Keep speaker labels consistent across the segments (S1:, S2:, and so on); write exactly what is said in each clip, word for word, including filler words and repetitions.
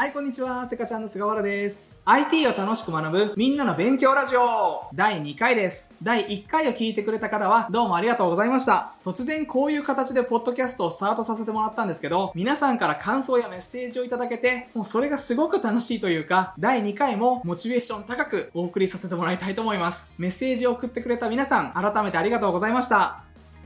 S1: はい、こんにちは。せかちゃんの菅原です。アイティー を楽しく学ぶみんなの勉強ラジオだいにかいです。だいいっかいを聞いてくれた方はどうもありがとうございました。突然こういう形でポッドキャストをスタートさせてもらったんですけど、皆さんから感想やメッセージをいただけて、もうそれがすごく楽しいというか、だいにかいもモチベーション高くお送りさせてもらいたいと思います。メッセージを送ってくれた皆さん、改めてありがとうございました。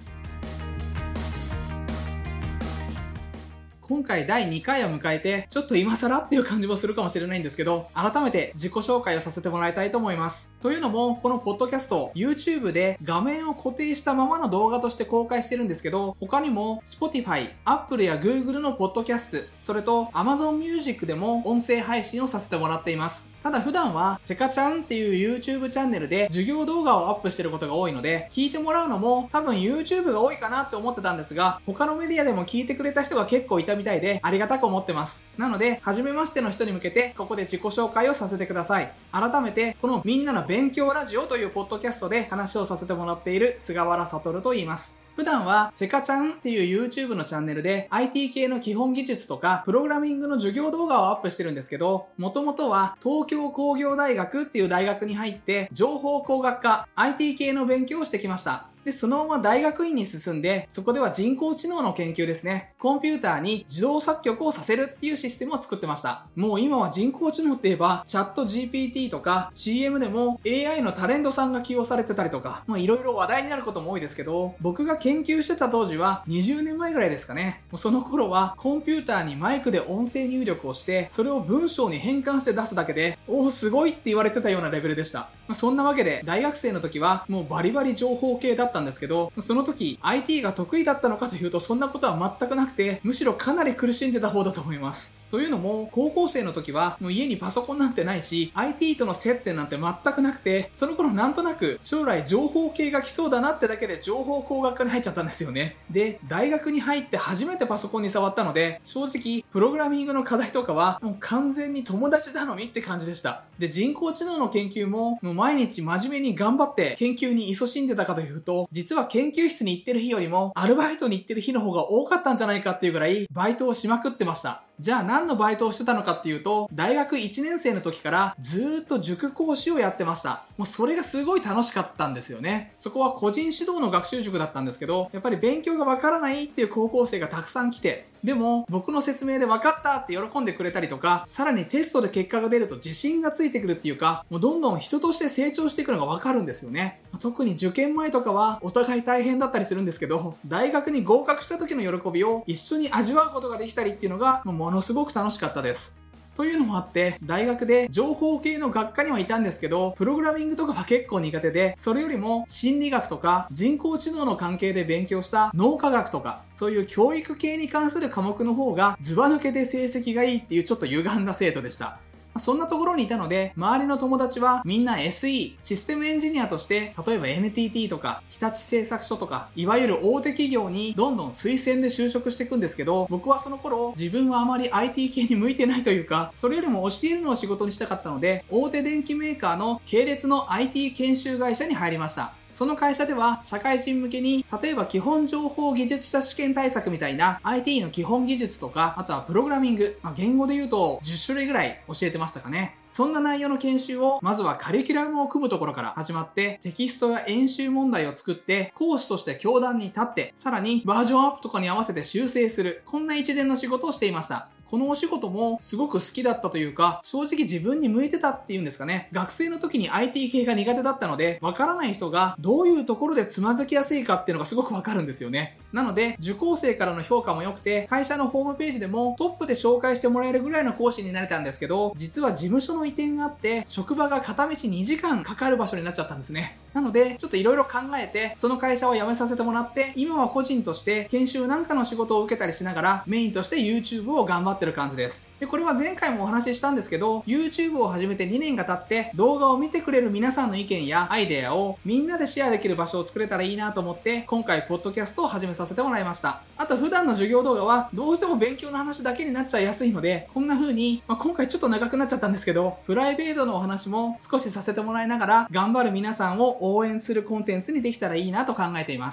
S1: 今回だいにかいを迎えて、ちょっと今更っていう感じもするかもしれないんですけど、改めて自己紹介をさせてもらいたいと思います。というのも、このポッドキャスト、YouTube で画面を固定したままの動画として公開してるんですけど、他にも Spotify、Apple や Google のポッドキャスト、それと Amazon Music でも音声配信をさせてもらっています。ただ普段はせかちゃんっていう YouTube チャンネルで授業動画をアップしてることが多いので、聞いてもらうのも多分 YouTube が多いかなって思ってたんですが、他のメディアでも聞いてくれた人が結構いたみたいでありがたく思ってます。なので、初めましての人に向けてここで自己紹介をさせてください。改めて、このみんなの勉強ラジオというポッドキャストで話をさせてもらっている菅原悟と言います。普段はせかちゃんっていう YouTube のチャンネルで アイティー 系の基本技術とかプログラミングの授業動画をアップしてるんですけど、もともとは東京工業大学っていう大学に入って情報工学科 アイティー 系の勉強をしてきました。で、そのまま大学院に進んで、そこでは人工知能の研究ですね。コンピューターに自動作曲をさせるっていうシステムを作ってました。もう今は人工知能って言えば、チャット ジーピーティー とか シーエム でも エーアイ のタレントさんが起用されてたりとか、まあいろいろ話題になることも多いですけど、僕が研究してた当時はにじゅうねんまえぐらいですかね。もうその頃はコンピューターにマイクで音声入力をして、それを文章に変換して出すだけで、おーすごいって言われてたようなレベルでした。まあ、そんなわけで、大学生の時はもうバリバリ情報系だったんですけど、その時 アイティー が得意だったのかというとそんなことは全くなくて、むしろかなり苦しんでた方だと思います。というのも、高校生の時はもう家にパソコンなんてないし、アイティー との接点なんて全くなくて、その頃なんとなく将来情報系が来そうだなってだけで情報工学科に入っちゃったんですよね。で、大学に入って初めてパソコンに触ったので、正直プログラミングの課題とかはもう完全に友達頼みって感じでした。で、人工知能の研究ももう毎日真面目に頑張って研究に勤しんでたかというと、実は研究室に行ってる日よりもアルバイトに行ってる日の方が多かったんじゃないかっていうぐらいバイトをしまくってました。じゃあ何のバイトをしてたのかっていうと、大学いちねん生の時からずーっと塾講師をやってました。もうそれがすごい楽しかったんですよね。そこは個人指導の学習塾だったんですけど、やっぱり勉強がわからないっていう高校生がたくさん来て、でも僕の説明で分かったって喜んでくれたりとか、さらにテストで結果が出ると自信がついてくるっていうか、もうどんどん人として成長していくのが分かるんですよね。特に受験前とかはお互い大変だったりするんですけど、大学に合格した時の喜びを一緒に味わうことができたりっていうのがものすごく楽しかったです。というのもあって、大学で情報系の学科にはいたんですけど、プログラミングとかは結構苦手で、それよりも心理学とか人工知能の関係で勉強した脳科学とか、そういう教育系に関する科目の方がずば抜けて成績がいいっていうちょっと歪んだ生徒でした。そんなところにいたので、周りの友達はみんな エスイー、システムエンジニアとして、例えば エヌティーティー とか、日立製作所とか、いわゆる大手企業にどんどん推薦で就職していくんですけど、僕はその頃、自分はあまり アイティー 系に向いてないというか、それよりも教えるのを仕事にしたかったので、大手電機メーカーの系列の アイティー 研修会社に入りました。その会社では社会人向けに、例えば基本情報技術者試験対策みたいな アイティー の基本技術とか、あとはプログラミング、まあ、言語で言うとじゅっしゅるいぐらい教えてましたかね。そんな内容の研修を、まずはカリキュラムを組むところから始まって、テキストや演習問題を作って、講師として教壇に立って、さらにバージョンアップとかに合わせて修正する、こんな一連の仕事をしていました。このお仕事もすごく好きだったというか、正直自分に向いてたっていうんですかね。学生の時に アイティー 系が苦手だったので、わからない人がどういうところでつまずきやすいかっていうのがすごくわかるんですよね。なので、受講生からの評価も良くて、会社のホームページでもトップで紹介してもらえるぐらいの講師になれたんですけど、実は事務所の移転があって、職場が片道にじかんかかる場所になっちゃったんですね。なので、ちょっといろいろ考えて、その会社を辞めさせてもらって、今は個人として研修なんかの仕事を受けたりしながら、メインとして YouTube を頑張ってる感じです。で、これは前回もお話ししたんですけど、YouTube を始めてにねんが経って、動画を見てくれる皆さんの意見やアイデアをみんなでシェアできる場所を作れたらいいなと思って、今回ポッドキャストを始めさせてもらいました。あと普段の授業動画は、どうしても勉強の話だけになっちゃいやすいので、こんな風に、まあ、今回ちょっと長くなっちゃったんですけど、プライベートのお話も少しさせてもらいながら、頑張る皆さんを応援するコンテンツにできたらいいなと考えています。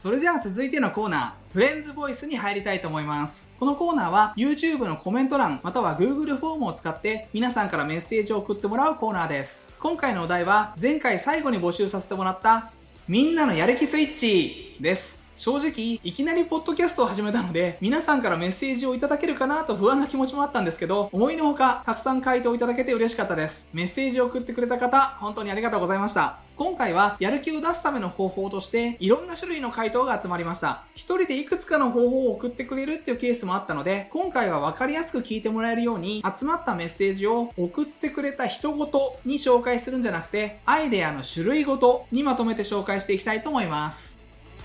S1: それじゃあ続いてのコーナー、フレンズボイスに入りたいと思います。このコーナーは YouTube のコメント欄または Google フォームを使って皆さんからメッセージを送ってもらうコーナーです。今回のお題は前回最後に募集させてもらったみんなのやる気スイッチです。正直、いきなりポッドキャストを始めたので、皆さんからメッセージをいただけるかなと不安な気持ちもあったんですけど、思いのほかたくさん回答いただけて嬉しかったです。メッセージを送ってくれた方、本当にありがとうございました。今回はやる気を出すための方法として、いろんな種類の回答が集まりました。一人でいくつかの方法を送ってくれるっていうケースもあったので、今回はわかりやすく聞いてもらえるように、集まったメッセージを送ってくれた人ごとに紹介するんじゃなくて、アイデアの種類ごとにまとめて紹介していきたいと思います。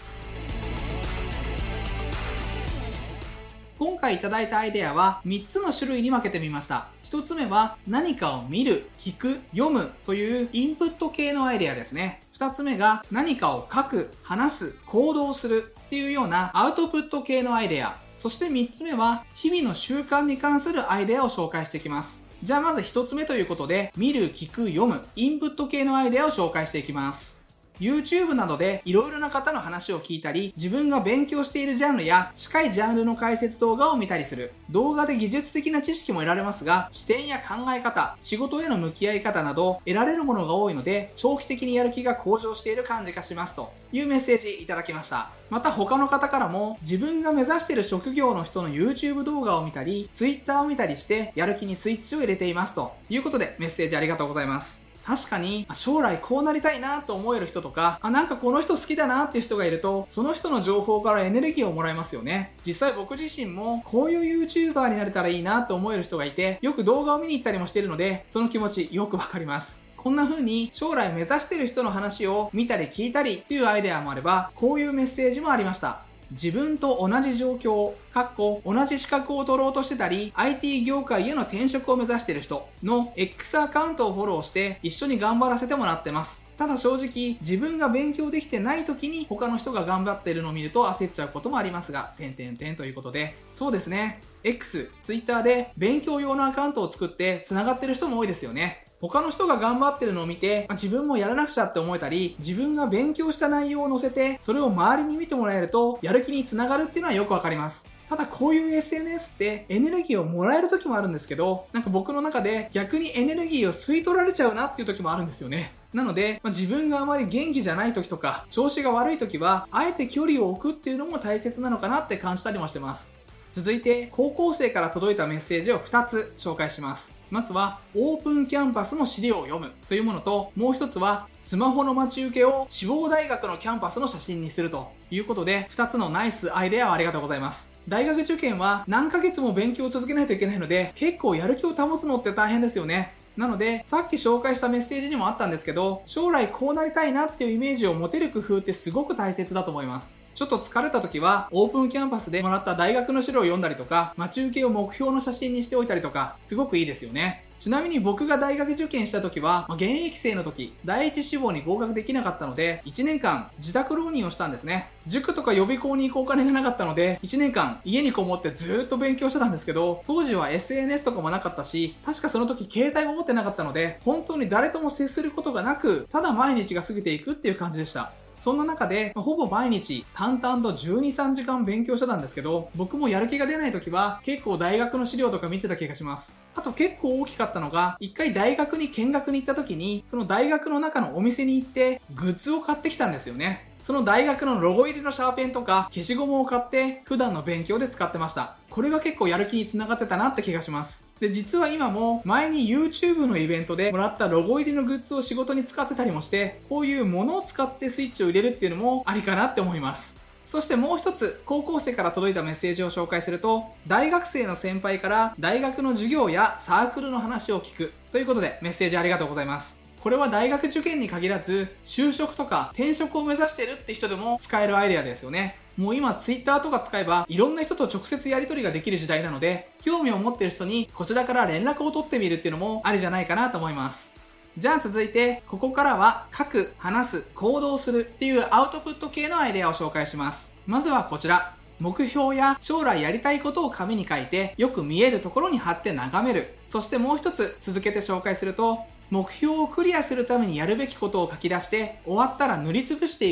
S1: 今回いただいたアイデアはみっつの種類に分けてみました。ひとつめは何かを見る、聞く、読むというインプット系のアイデアですね。ふたつめが何かを書く、話す、行動するっていうようなアウトプット系のアイデア。そしてみっつめは日々の習慣に関するアイデアを紹介していきます。じゃあまずひとつめということで、見る、聞く、読む、インプット系のアイデアを紹介していきます。YouTube などでいろいろな方の話を聞いたり、自分が勉強しているジャンルや近いジャンルの解説動画を見たりする。動画で技術的な知識も得られますが、視点や考え方、仕事への向き合い方など得られるものが多いので、長期的にやる気が向上している感じがしますというメッセージいただきました。また他の方からも、自分が目指している職業の人の YouTube 動画を見たり、Twitter を見たりしてやる気にスイッチを入れていますということでメッセージありがとうございます。確かに、将来こうなりたいなと思える人とか、あ、なんかこの人好きだなっていう人がいると、その人の情報からエネルギーをもらえますよね。実際僕自身も、こういう YouTuber になれたらいいなと思える人がいて、よく動画を見に行ったりもしているので、その気持ちよくわかります。こんな風に将来目指している人の話を見たり聞いたりっていうアイデアもあれば、こういうメッセージもありました。自分と同じ状況、かっこ同じ資格を取ろうとしてたり、アイティー 業界への転職を目指している人の X アカウントをフォローして一緒に頑張らせてもらってます。ただ正直、自分が勉強できてない時に他の人が頑張っているのを見ると焦っちゃうこともありますが、点々点ということで、そうですね。X、Twitter で勉強用のアカウントを作って繋がってる人も多いですよね。他の人が頑張ってるのを見て、自分もやらなくちゃって思えたり、自分が勉強した内容を載せて、それを周りに見てもらえると、やる気につながるっていうのはよくわかります。ただこういう エスエヌエス ってエネルギーをもらえる時もあるんですけど、なんか僕の中で逆にエネルギーを吸い取られちゃうなっていう時もあるんですよね。なので、まあ、自分があまり元気じゃない時とか、調子が悪い時は、あえて距離を置くっていうのも大切なのかなって感じたりもしてます。続いて、高校生から届いたメッセージをふたつ紹介します。まずは、オープンキャンパスの資料を読むというものと、もう一つは、スマホの待ち受けを志望大学のキャンパスの写真にするということで、ふたつのナイスアイデアをありがとうございます。大学受験は何ヶ月も勉強を続けないといけないので、結構やる気を保つのって大変ですよね。なので、さっき紹介したメッセージにもあったんですけど、将来こうなりたいなっていうイメージを持てる工夫ってすごく大切だと思います。ちょっと疲れた時は、オープンキャンパスでもらった大学の資料を読んだりとか、待ち受けを目標の写真にしておいたりとか、すごくいいですよね。ちなみに僕が大学受験した時は、現役生の時、第一志望に合格できなかったので、いちねんかん自宅浪人をしたんですね。塾とか予備校に行くお金がなかったので、いちねんかん家にこもってずーっと勉強してたんですけど、当時は エスエヌエス とかもなかったし、確かその時携帯も持ってなかったので、本当に誰とも接することがなく、ただ毎日が過ぎていくっていう感じでした。そんな中で、ほぼ毎日淡々とじゅうに、さんじかん勉強してたんですけど、僕もやる気が出ない時は結構大学の資料とか見てた気がします。あと結構大きかったのが、一回大学に見学に行った時に、その大学の中のお店に行ってグッズを買ってきたんですよね。その大学のロゴ入りのシャーペンとか消しゴムを買って普段の勉強で使ってました。これが結構やる気につながってたなって気がします。で、実は今も前に YouTube のイベントでもらったロゴ入りのグッズを仕事に使ってたりもして、こういうものを使ってスイッチを入れるっていうのもありかなって思います。そしてもう一つ、高校生から届いたメッセージを紹介すると、大学生の先輩から大学の授業やサークルの話を聞くということでメッセージありがとうございます。これは大学受験に限らず、就職とか転職を目指してるって人でも使えるアイデアですよね。もう今 Twitter とか使えばいろんな人と直接やり取りができる時代なので、興味を持っている人にこちらから連絡を取ってみるっていうのもありじゃないかなと思います。じゃあ続いて、ここからは書く、話す、行動するっていうアウトプット系のアイデアを紹介します。まずはこちら。目標や将来やりたいことを紙に書いて、よく見えるところに貼って眺める。そしてもう一つ続けて紹介すると、目標をクリアするためにやるべきことを書き出して、終わったら塗りつぶしていく。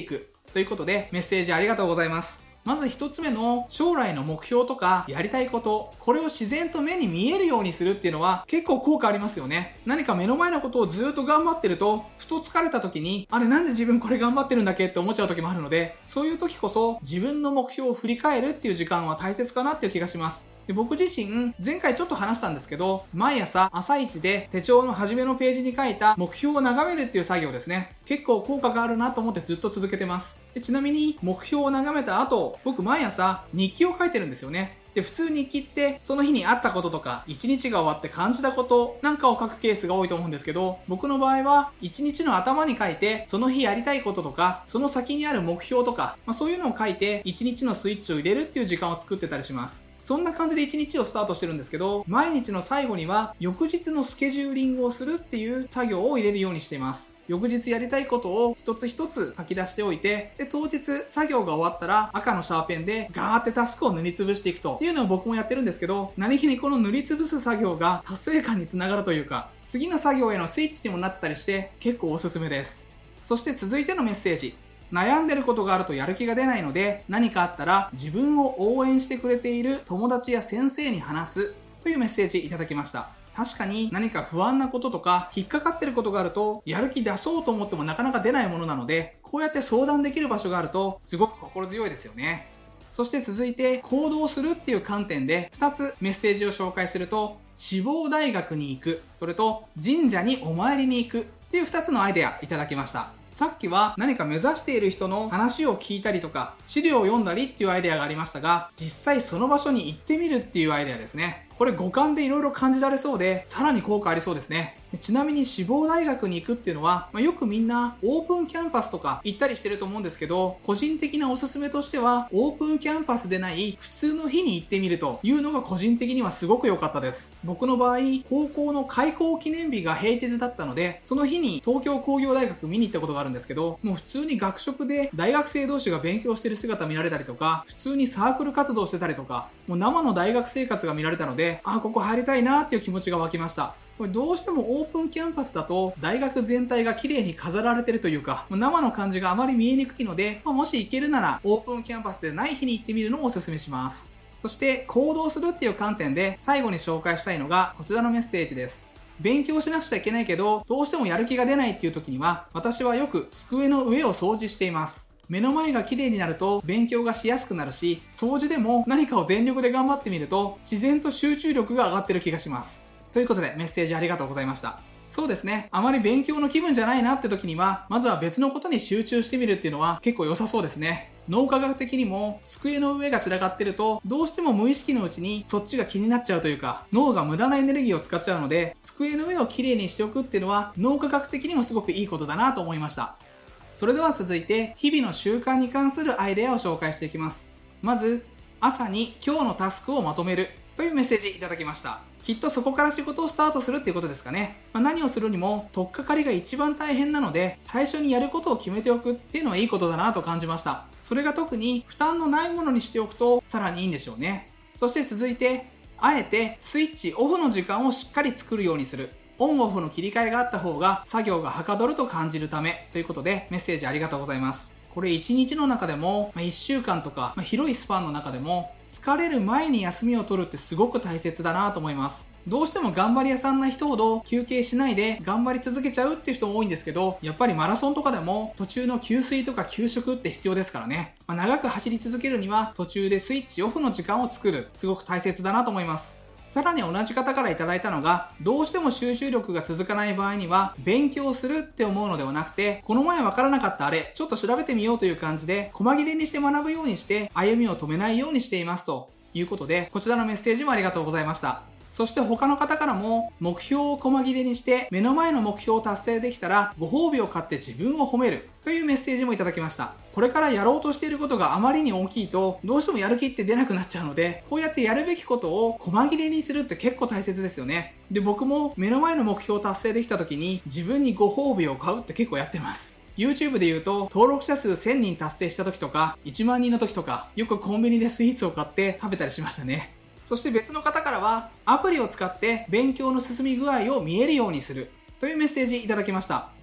S1: ということで、メッセージありがとうございます。まず一つ目の将来の目標とかやりたいこと、これを自然と目に見えるようにするっていうのは結構効果ありますよね。何か目の前のことをずっと頑張ってると、ふと疲れた時に、あれなんで自分これ頑張ってるんだっけって思っちゃう時もあるので、そういう時こそ自分の目標を振り返るっていう時間は大切かなっていう気がします。で僕自身、前回ちょっと話したんですけど、毎朝朝一で手帳の初めのページに書いた目標を眺めるっていう作業ですね。結構効果があるなと思ってずっと続けてます。でちなみに目標を眺めた後、僕毎朝日記を書いてるんですよね。で、普通日記ってその日にあったこととか一日が終わって感じたことなんかを書くケースが多いと思うんですけど、僕の場合は一日の頭に書いてその日やりたいこととかその先にある目標とか、まあ、そういうのを書いて一日のスイッチを入れるっていう時間を作ってたりします。そんな感じで一日をスタートしてるんですけど、毎日の最後には翌日のスケジューリングをするっていう作業を入れるようにしています。翌日やりたいことを一つ一つ書き出しておいて、で当日作業が終わったら赤のシャーペンでガーってタスクを塗りつぶしていくというのを僕もやってるんですけど、何気にこの塗りつぶす作業が達成感につながるというか、次の作業へのスイッチにもなってたりして結構おすすめです。そして続いてのメッセージ。悩んでることがあるとやる気が出ないので、何かあったら自分を応援してくれている友達や先生に話すというメッセージいただきました。確かに何か不安なこととか引っかかってることがあるとやる気出そうと思ってもなかなか出ないものなので、こうやって相談できる場所があるとすごく心強いですよね。そして続いて行動するっていう観点でふたつメッセージを紹介すると、志望大学に行く、それと神社にお参りに行くっていうふたつのアイデアいただきました。さっきは何か目指している人の話を聞いたりとか資料を読んだりっていうアイデアがありましたが、実際その場所に行ってみるっていうアイデアですね。これ五感でいろいろ感じられそうで、さらに効果ありそうですね。ちなみに志望大学に行くっていうのは、まあ、よくみんなオープンキャンパスとか行ったりしてると思うんですけど、個人的なおすすめとしてはオープンキャンパスでない普通の日に行ってみるというのが個人的にはすごく良かったです。僕の場合、高校の開校記念日が平日だったので、その日に東京工業大学見に行ったことがあるんですけど、もう普通に学食で大学生同士が勉強してる姿見られたりとか、普通にサークル活動してたりとか、もう生の大学生活が見られたので、あ、ここ入りたいなっていう気持ちが湧きました。これどうしてもオープンキャンパスだと大学全体が綺麗に飾られてるというか、生の感じがあまり見えにくいので、もし行けるならオープンキャンパスでない日に行ってみるのをお勧めします。そして行動するっていう観点で最後に紹介したいのがこちらのメッセージです。勉強しなくちゃいけないけどどうしてもやる気が出ないっていう時には、私はよく机の上を掃除しています。目の前が綺麗になると勉強がしやすくなるし、掃除でも何かを全力で頑張ってみると自然と集中力が上がってる気がします。ということでメッセージありがとうございました。そうですね。あまり勉強の気分じゃないなって時には、まずは別のことに集中してみるっていうのは結構良さそうですね。脳科学的にも机の上が散らかってると、どうしても無意識のうちにそっちが気になっちゃうというか、脳が無駄なエネルギーを使っちゃうので、机の上をきれいにしておくっていうのは脳科学的にもすごくいいことだなと思いました。それでは続いて、日々の習慣に関するアイデアを紹介していきます。まず、朝に今日のタスクをまとめるというメッセージいただきました。きっとそこから仕事をスタートするっていうことですかね。まあ、何をするにも取っかかりが一番大変なので、最初にやることを決めておくっていうのはいいことだなと感じました。それが特に負担のないものにしておくとさらにいいんでしょうね。そして続いて、あえてスイッチオフの時間をしっかり作るようにする。オンオフの切り替えがあった方が作業がはかどると感じるためということでメッセージありがとうございます。これいちにちの中でも、まあ、いっしゅうかんとか、まあ、広いスパンの中でも疲れる前に休みを取るってすごく大切だなと思います。どうしても頑張り屋さんな人ほど休憩しないで頑張り続けちゃうっていう人も多いんですけど、やっぱりマラソンとかでも途中の給水とか給食って必要ですからね。まあ、長く走り続けるには途中でスイッチオフの時間を作る、すごく大切だなと思います。さらに同じ方からいただいたのが、どうしても集中力が続かない場合には勉強するって思うのではなくて、この前わからなかったあれちょっと調べてみようという感じで細切れにして学ぶようにして歩みを止めないようにしていますということで、こちらのメッセージもありがとうございました。そして他の方からも、目標を細切れにして目の前の目標を達成できたらご褒美を買って自分を褒めるというメッセージもいただきました。これからやろうとしていることがあまりに大きいとどうしてもやる気って出なくなっちゃうので、こうやってやるべきことを細切れにするって結構大切ですよね。で、僕も目の前の目標を達成できた時に自分にご褒美を買うって結構やってます。YouTube で言うと登録者数せんにん達成した時とかいちまんにんの時とか、よくコンビニでスイーツを買って食べたりしましたね。そして別の方からは、アプリを使って勉強の進み具合を見えるようにするというメッセージいただきました。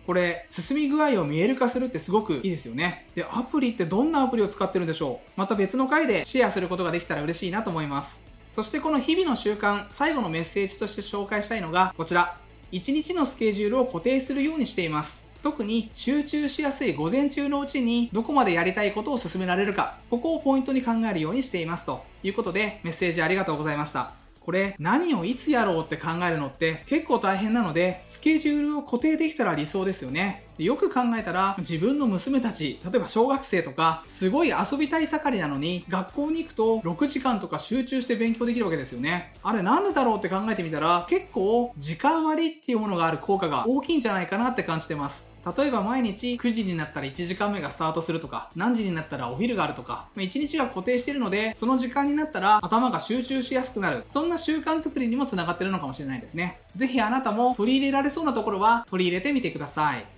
S1: これ、進み具合を見える化するってすごくいいですよね。で、アプリってどんなアプリを使ってるんでしょう？また別の回でシェアすることができたら嬉しいなと思います。そしてこの日々の習慣、最後のメッセージとして紹介したいのがこちら。いちにちのスケジュールを固定するようにしています。特に集中しやすい午前中のうちにどこまでやりたいことを進められるか、ここをポイントに考えるようにしていますということで、メッセージありがとうございました。これ、何をいつやろうって考えるのって結構大変なので、スケジュールを固定できたら理想ですよね。よく考えたら、自分の娘たち、例えば小学生とか、すごい遊びたい盛りなのに、学校に行くとろくじかんとか集中して勉強できるわけですよね。あれなんでだろうって考えてみたら、結構時間割っていうものがある効果が大きいんじゃないかなって感じてます。例えば毎日くじになったらいちじかんめがスタートするとか、何時になったらお昼があるとか、いちにちが固定しているので、その時間になったら頭が集中しやすくなる。そんな習慣作りにもつながっているのかもしれないですね。ぜひあなたも取り入れられそうなところは取り入れてみてください。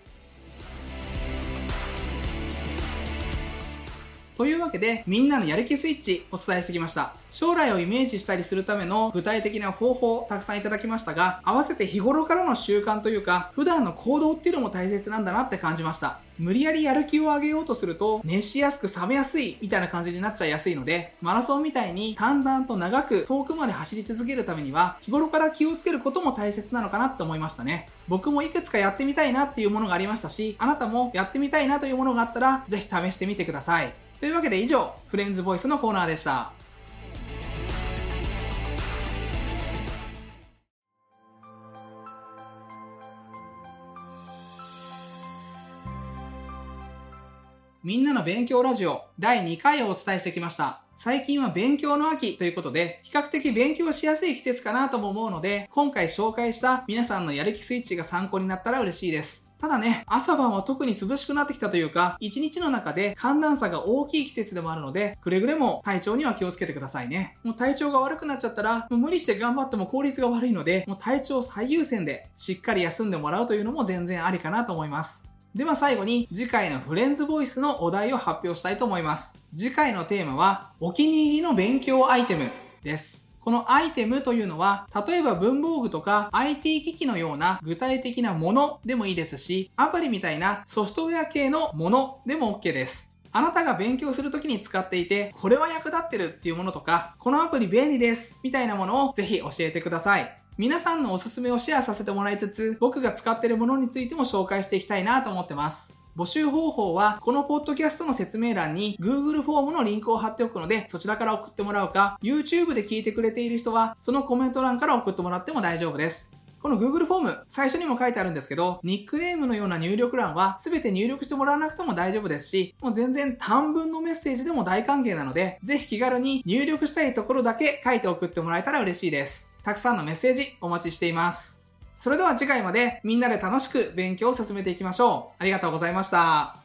S1: というわけで、みんなのやる気スイッチお伝えしてきました。将来をイメージしたりするための具体的な方法をたくさんいただきましたが、合わせて日頃からの習慣というか、普段の行動っていうのも大切なんだなって感じました。無理やりやる気を上げようとすると、熱しやすく冷めやすいみたいな感じになっちゃいやすいので、マラソンみたいに淡々と長く遠くまで走り続けるためには、日頃から気をつけることも大切なのかなって思いましたね。僕もいくつかやってみたいなっていうものがありましたし、あなたもやってみたいなというものがあったら、ぜひ試してみてください。というわけで以上、フレンズボイスのコーナーでした。みんなの勉強ラジオだいにかいをお伝えしてきました。最近は勉強の秋ということで、比較的勉強しやすい季節かなとも思うので、今回紹介した皆さんのやる気スイッチが参考になったら嬉しいです。ただね、朝晩は特に涼しくなってきたというか、一日の中で寒暖差が大きい季節でもあるので、くれぐれも体調には気をつけてくださいね。もう体調が悪くなっちゃったら、もう無理して頑張っても効率が悪いので、もう体調最優先でしっかり休んでもらうというのも全然ありかなと思います。では最後に次回のフレンズボイスのお題を発表したいと思います。次回のテーマは、お気に入りの勉強アイテムです。このアイテムというのは、例えば文房具とか アイティー 機器のような具体的なものでもいいですし、アプリみたいなソフトウェア系のものでも OK です。あなたが勉強するときに使っていて、これは役立ってるっていうものとか、このアプリ便利ですみたいなものをぜひ教えてください。皆さんのおすすめをシェアさせてもらいつつ、僕が使っているものについても紹介していきたいなと思ってます。募集方法は、このポッドキャストの説明欄に Google フォームのリンクを貼っておくので、そちらから送ってもらうか、YouTube で聞いてくれている人は、そのコメント欄から送ってもらっても大丈夫です。この Google フォーム、最初にも書いてあるんですけど、ニックネームのような入力欄は全て入力してもらわなくても大丈夫ですし、もう全然短文のメッセージでも大歓迎なので、ぜひ気軽に入力したいところだけ書いて送ってもらえたら嬉しいです。たくさんのメッセージお待ちしています。それでは次回までみんなで楽しく勉強を進めていきましょう。ありがとうございました。